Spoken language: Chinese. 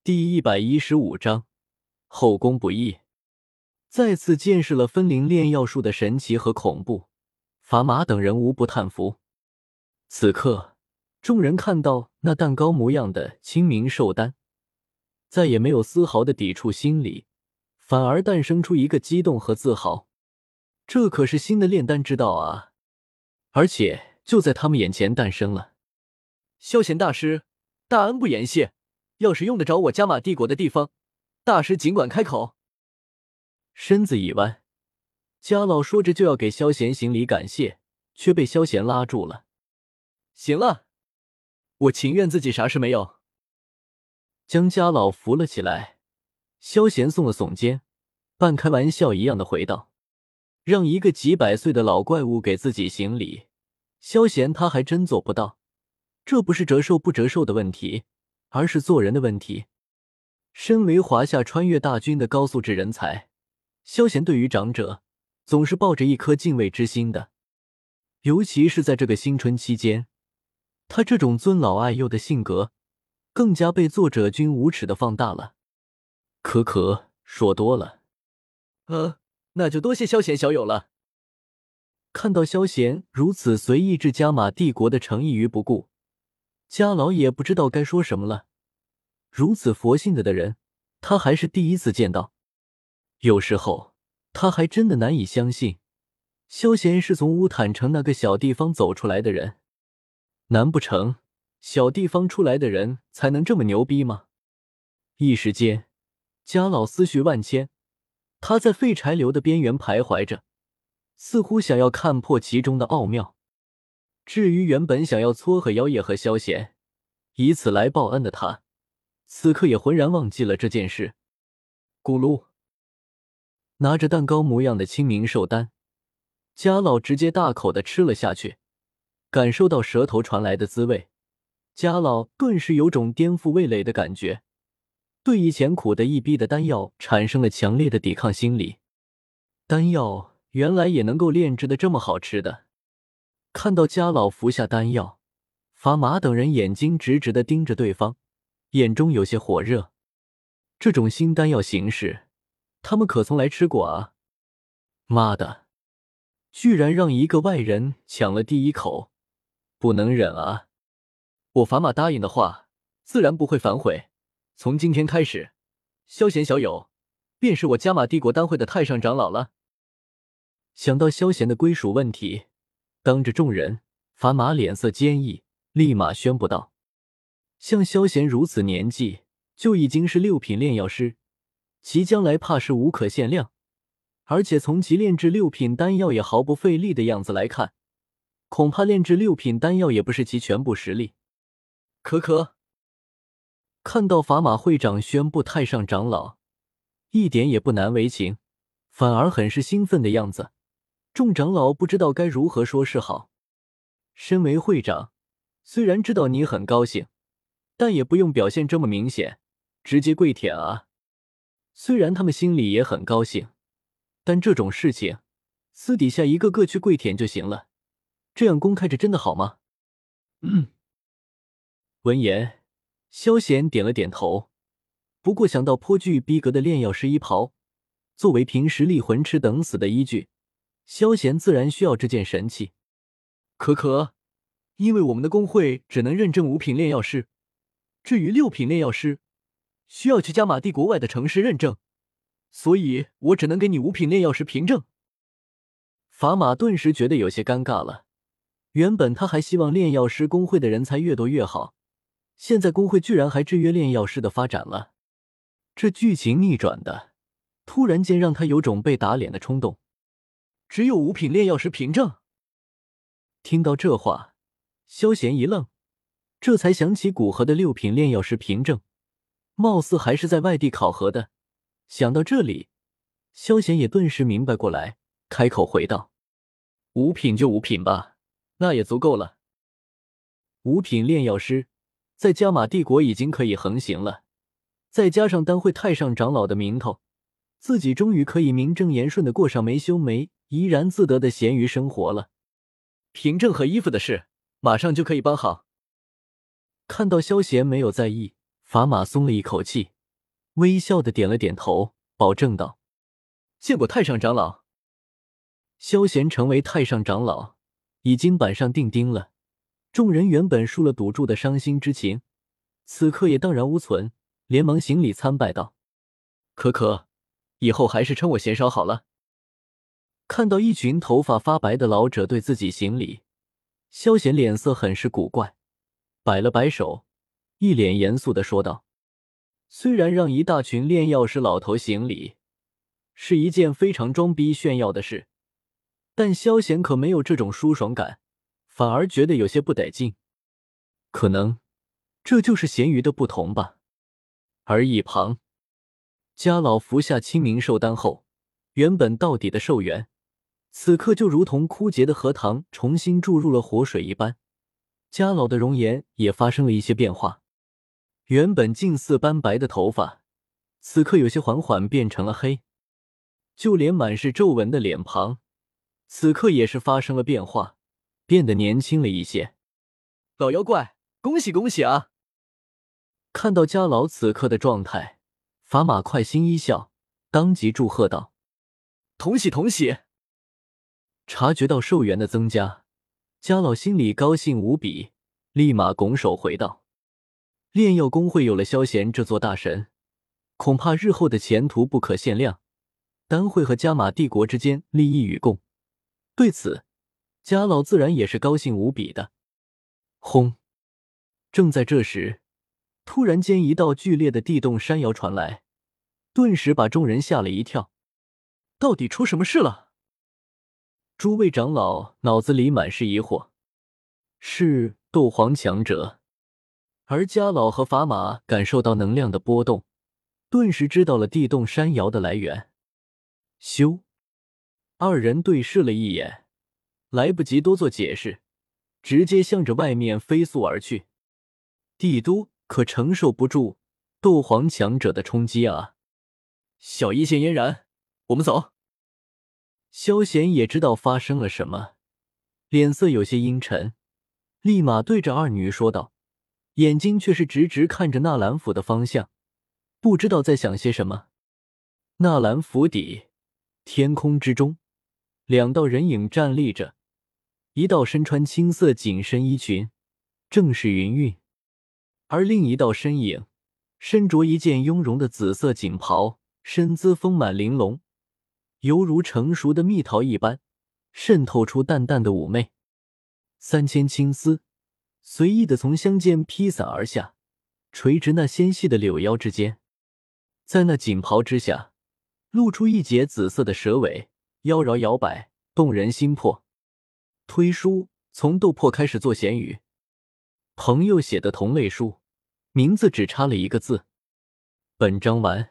第115章后宫不义。再次见识了分灵炼药术的神奇和恐怖，法码等人无不叹服。此刻众人看到那蛋糕模样的清明寿丹，再也没有丝毫的抵触心理，反而诞生出一个激动和自豪。这可是新的炼丹之道啊，而且就在他们眼前诞生了。萧贤大师，大恩不言谢，要是用得着我加玛帝国的地方，大师尽管开口。身子一弯，家老说着就要给萧贤行礼感谢，却被萧贤拉住了。行了，我情愿自己啥事没有。将家老扶了起来，萧贤耸了耸肩，半开玩笑一样的回道：让一个几百岁的老怪物给自己行礼，萧贤他还真做不到。这不是折寿不折寿的问题，而是做人的问题。身为华夏穿越大军的高素质人才，萧贤对于长者总是抱着一颗敬畏之心的。尤其是在这个新春期间，他这种尊老爱幼的性格更加被作者君无耻的放大了。可说多了。那就多谢萧贤小友了。看到萧贤如此随意置加玛帝国的诚意于不顾，家老也不知道该说什么了。如此佛性的人，他还是第一次见到。有时候他还真的难以相信，萧贤是从乌坦城那个小地方走出来的人。难不成小地方出来的人才能这么牛逼吗？一时间家老思绪万千，他在废柴流的边缘徘徊着，似乎想要看破其中的奥妙。至于原本想要撮合妖夜和萧贤，以此来报恩的他，此刻也浑然忘记了这件事。咕噜，拿着蛋糕模样的清明寿丹，家老直接大口的吃了下去，感受到舌头传来的滋味，家老顿时有种颠覆味蕾的感觉，对以前苦得一逼的丹药产生了强烈的抵抗心理。丹药原来也能够炼制的这么好吃的。看到家老服下丹药，法码等人眼睛直直地盯着对方，眼中有些火热。这种新丹药形式，他们可从来吃过啊！妈的，居然让一个外人抢了第一口，不能忍啊！我法码答应的话，自然不会反悔。从今天开始，萧贤小友便是我加玛帝国丹会的太上长老了。想到萧贤的归属问题，当着众人，法码脸色坚毅，立马宣布道：像萧贤如此年纪就已经是6品炼药师，其将来怕是无可限量。而且从其炼制6品丹药也毫不费力的样子来看，恐怕炼制6品丹药也不是其全部实力。可看到法码会长宣布太上长老，一点也不难为情，反而很是兴奋的样子。众长老不知道该如何说是好。身为会长，虽然知道你很高兴，但也不用表现这么明显，直接跪舔啊。虽然他们心里也很高兴，但这种事情私底下一个个去跪舔就行了，这样公开着真的好吗？闻言，萧贤点了点头。不过想到颇具逼格的炼药师衣袍作为凭实力混吃等死的依据，萧贤自然需要这件神器。可因为我们的公会只能认证5品炼药师，至于6品炼药师需要去加玛帝国外的城市认证，所以我只能给你5品炼药师凭证。法码顿时觉得有些尴尬了。原本他还希望炼药师公会的人才越多越好，现在公会居然还制约炼药师的发展了。这剧情逆转的，突然间让他有种被打脸的冲动。只有5品炼药师凭证？听到这话，萧贤一愣，这才想起古河的6品炼药师凭证，貌似还是在外地考核的。想到这里，萧贤也顿时明白过来，开口回道：5品就5品吧，那也足够了。5品炼药师在加玛帝国已经可以横行了，再加上丹会太上长老的名头，自己终于可以名正言顺地过上没羞没怡然自得的闲鱼生活了。凭证和衣服的事马上就可以办好。看到萧贤没有在意， 法码松了一口气，微笑的点了点头，保证道：“见过太上长老。”萧贤成为太上长老，已经板上钉钉了。众人原本输了赌注的伤心之情，此刻也荡然无存，连忙行礼参拜道：“可，以后还是称我贤少好了。”看到一群头发发白的老者对自己行礼，萧贤脸色很是古怪，摆了摆手，一脸严肃地说道：“虽然让一大群炼药师老头行礼是一件非常装逼炫耀的事，但萧贤可没有这种舒爽感，反而觉得有些不得劲。可能这就是咸鱼的不同吧。”而一旁，家老服下清明寿丹后，原本到底的寿元，此刻就如同枯竭的荷塘重新注入了活水一般，家老的容颜也发生了一些变化。原本近似斑白的头发，此刻有些缓缓变成了黑，就连满是皱纹的脸庞，此刻也是发生了变化，变得年轻了一些。老妖怪，恭喜恭喜啊！看到家老此刻的状态，法码快心一笑，当即祝贺道：“同喜同喜！”察觉到寿元的增加，家老心里高兴无比，立马拱手回道：“炼药公会有了萧贤这座大神，恐怕日后的前途不可限量，丹会和加玛帝国之间利益与共。对此，家老自然也是高兴无比的。”轰！正在这时，突然间一道剧烈的地动山摇传来，顿时把众人吓了一跳。到底出什么事了？诸位长老脑子里满是疑惑。是斗皇强者。而家老和法码感受到能量的波动，顿时知道了地动山摇的来源。咻！二人对视了一眼，来不及多做解释，直接向着外面飞速而去。帝都可承受不住斗皇强者的冲击啊！小医仙嫣然，我们走。萧贤也知道发生了什么，脸色有些阴沉，立马对着二女说道，眼睛却是直直看着纳兰府的方向，不知道在想些什么。纳兰府邸，天空之中，两道人影站立着，一道身穿青色紧身衣裙，正是云韵，而另一道身影身着一件雍容的紫色锦袍，身姿丰满玲珑，犹如成熟的蜜桃一般，渗透出淡淡的妩媚。3000青丝随意地从香间披散而下，垂直那纤细的柳腰之间，在那锦袍之下露出一截紫色的蛇尾，妖娆摇摆，动人心魄。推书从斗破开始做闲语，朋友写的同类书，名字只差了一个字。本章完。